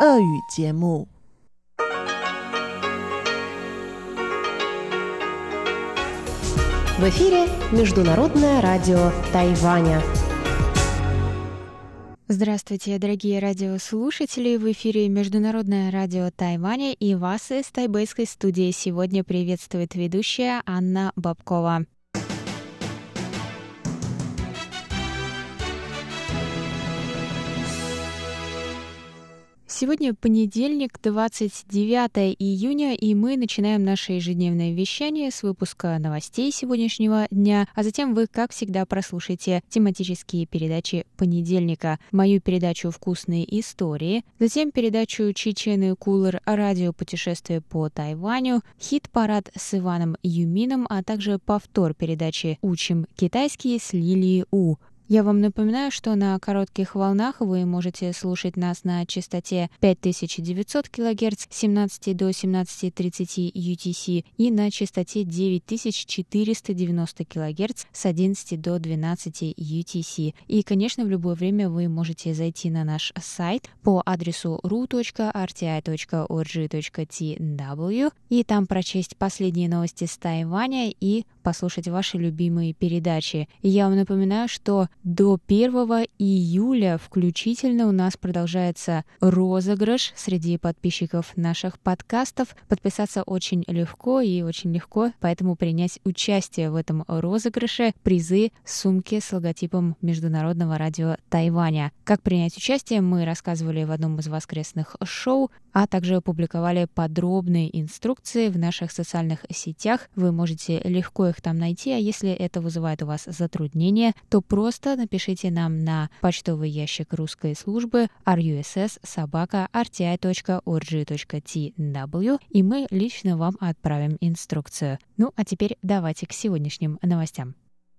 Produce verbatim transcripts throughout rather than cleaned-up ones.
俄语节目。 В эфире Международное радио Тайваня. Здравствуйте, дорогие радиослушатели! В эфире Международное радио Тайваня, и вас из тайбэйской студии сегодня приветствует ведущая Анна Бабкова. Сегодня понедельник, двадцать девятое июня, и мы начинаем наше ежедневное вещание с выпуска новостей сегодняшнего дня, а затем вы, как всегда, прослушаете тематические передачи понедельника, мою передачу «Вкусные истории», затем передачу «Чечены Кулер. Радиопутешествие по Тайваню», хит-парад с Иваном Юмином, а также повтор передачи «Учим китайский» с Лилией У. Я вам напоминаю, что на коротких волнах вы можете слушать нас на частоте пять тысяч девятьсот килогерц с семнадцати до семнадцати тридцати ю ти си и на частоте девять тысяч четыреста девяносто килогерц с одиннадцати до двенадцати ю ти си. И, конечно, в любое время вы можете зайти на наш сайт по адресу ru точка эр ти ай точка орг точка ти дабл ю и там прочесть последние новости с Тайваня и послушать ваши любимые передачи. И я вам напоминаю, что до первого июля включительно у нас продолжается розыгрыш среди подписчиков наших подкастов. Подписаться очень легко и очень легко, поэтому принять участие в этом розыгрыше призы сумки с логотипом Международного радио Тайваня. Как принять участие, мы рассказывали в одном из воскресных шоу, а также опубликовали подробные инструкции в наших социальных сетях. Вы можете легко их там найти, а если это вызывает у вас затруднения, то просто напишите нам на почтовый ящик русской службы ар ю эс эс собака эр ти ай точка орг точка ти дабл ю, и мы лично вам отправим инструкцию. Ну, а теперь давайте к сегодняшним новостям.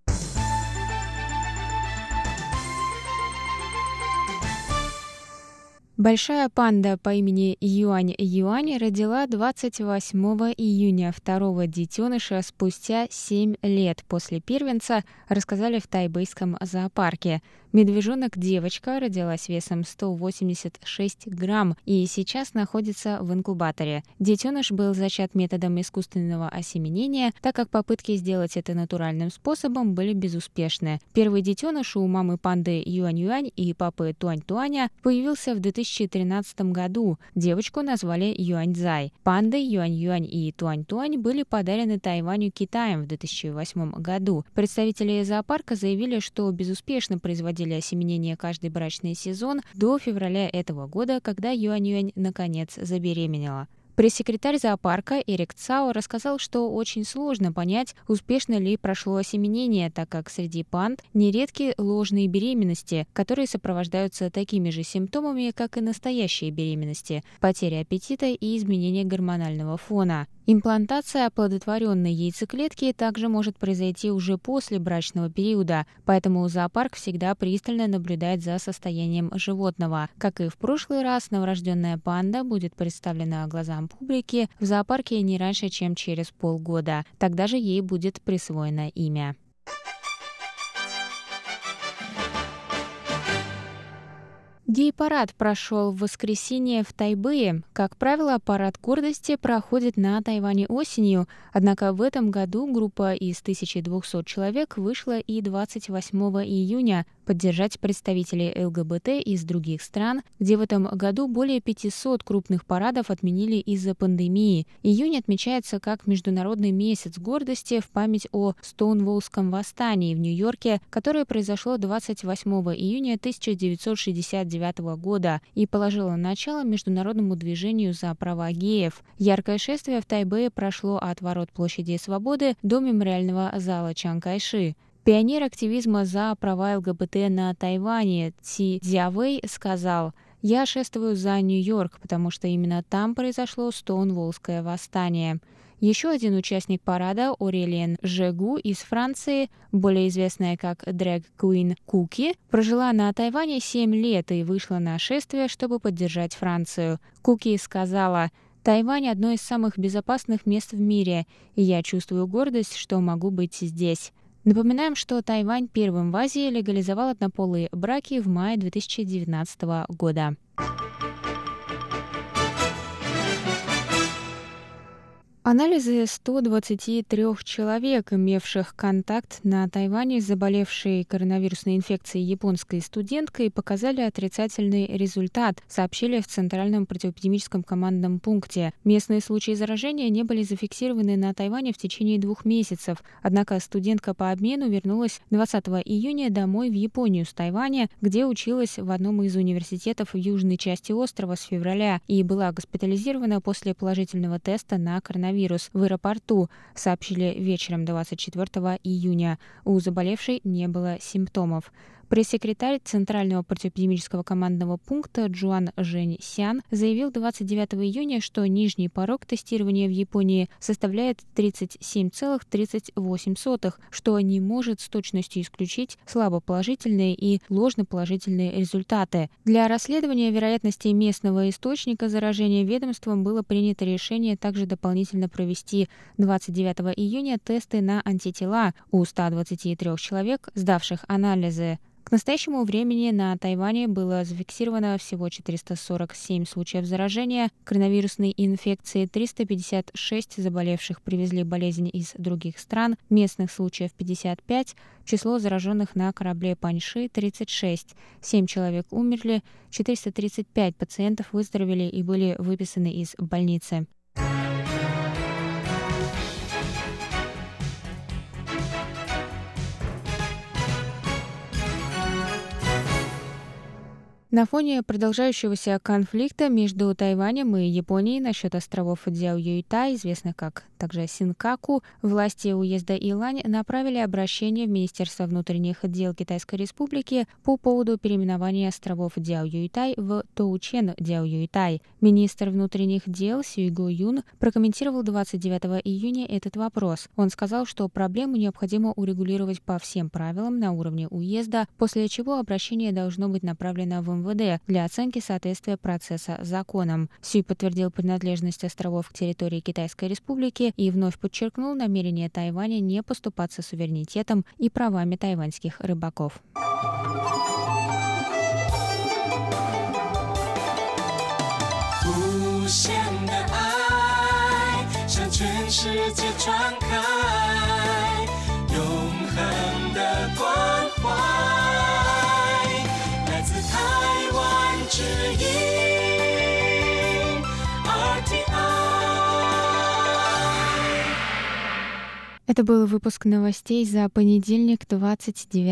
Большая панда по имени Юань-Юань родила двадцать восьмого июня второго детеныша спустя семь лет после первенца, рассказали в тайбэйском зоопарке. Медвежонок-девочка родилась весом сто восемьдесят шесть грамм и сейчас находится в инкубаторе. Детеныш был зачат методом искусственного осеменения, так как попытки сделать это натуральным способом были безуспешны. Первый детеныш у мамы панды Юань-Юань и папы Туань-Туаня появился в две тысячи тринадцатом году. Девочку назвали Юань-Цзай. Панды Юань-Юань и Туань-Туань были подарены Тайваню Китаем в две тысячи восьмом году. Представители зоопарка заявили, что безуспешно производили осеменение каждый брачный сезон до февраля этого года, когда Юань-Юань наконец забеременела. Пресс-секретарь зоопарка Эрик Цао рассказал, что очень сложно понять, успешно ли прошло осеменение, так как среди панд нередки ложные беременности, которые сопровождаются такими же симптомами, как и настоящие беременности – потеря аппетита и изменение гормонального фона. Имплантация оплодотворенной яйцеклетки также может произойти уже после брачного периода, поэтому зоопарк всегда пристально наблюдает за состоянием животного. Как и в прошлый раз, новорожденная панда будет представлена глазам публики в зоопарке не раньше, чем через полгода. Тогда же ей будет присвоено имя. Гей-парад прошел в воскресенье в Тайбэе. Как правило, парад гордости проходит на Тайване осенью, однако в этом году группа из тысячи двухсот человек вышла и двадцать восьмого июня поддержать представителей эл гэ бэ тэ из других стран, где в этом году более пятисот крупных парадов отменили из-за пандемии. Июнь отмечается как Международный месяц гордости в память о Стоунволлском восстании в Нью-Йорке, которое произошло двадцать восьмого июня тысяча девятьсот шестьдесят девятого года и положило начало международному движению за права геев. Яркое шествие в Тайбэе прошло от ворот Площади Свободы до мемориального зала Чан Кайши. Пионер активизма за права эл гэ бэ тэ на Тайване Ци Цзявэй сказал: «Я шествую за Нью-Йорк, потому что именно там произошло Стоунволлское восстание». Еще один участник парада, Орелиен Жегу из Франции, более известная как дрэг-квин Куки, прожила на Тайване семь лет и вышла на шествие, чтобы поддержать Францию. Куки сказала: «Тайвань – одно из самых безопасных мест в мире, и я чувствую гордость, что могу быть здесь». Напоминаем, что Тайвань первым в Азии легализовал однополые браки в мае две тысячи девятнадцатого года. Анализы ста двадцати трёх человек, имевших контакт на Тайване с заболевшей коронавирусной инфекцией японской студенткой, показали отрицательный результат, сообщили в Центральном противоэпидемическом командном пункте. Местные случаи заражения не были зафиксированы на Тайване в течение двух месяцев. Однако студентка по обмену вернулась двадцатого июня домой в Японию с Тайваня, где училась в одном из университетов в южной части острова с февраля и была госпитализирована после положительного теста на коронавирус. Вирус в аэропорту, сообщили вечером двадцать четвёртого июня. У заболевшей не было симптомов. Пресс-секретарь Центрального противоэпидемического командного пункта Джуан Жэньсян заявил двадцать девятого июня, что нижний порог тестирования в Японии составляет тридцать семь целых тридцать восемь сотых, что не может с точностью исключить слабоположительные и ложноположительные результаты. Для расследования вероятности местного источника заражения ведомством было принято решение также дополнительно провести двадцать девятого июня тесты на антитела у ста двадцати трёх человек, сдавших анализы. К настоящему времени на Тайване было зафиксировано всего четыреста сорок семь случаев заражения коронавирусной инфекцией, триста пятьдесят шесть заболевших привезли болезнь из других стран, местных случаев пятьдесят пять, число зараженных на корабле Паньши тридцать шесть, семь человек умерли, четыреста тридцать пять пациентов выздоровели и были выписаны из больницы. На фоне продолжающегося конфликта между Тайванем и Японией насчет островов Дзяо-Юйтай, известных как также Синкаку, власти уезда Илань направили обращение в Министерство внутренних дел Китайской Республики по поводу переименования островов Дзяо-Юйтай в Тоучен-Дзяо-Юйтай. Министр внутренних дел Сюй Го Юн прокомментировал двадцать девятого июня этот вопрос. Он сказал, что проблему необходимо урегулировать по всем правилам на уровне уезда, после чего обращение должно быть направлено в эм вэ дэ для оценки соответствия процесса законам. Сюй подтвердил принадлежность островов к территории Китайской Республики и вновь подчеркнул намерение Тайваня не поступаться суверенитетом и правами тайваньских рыбаков. Это был выпуск новостей за понедельник, двадцать девятого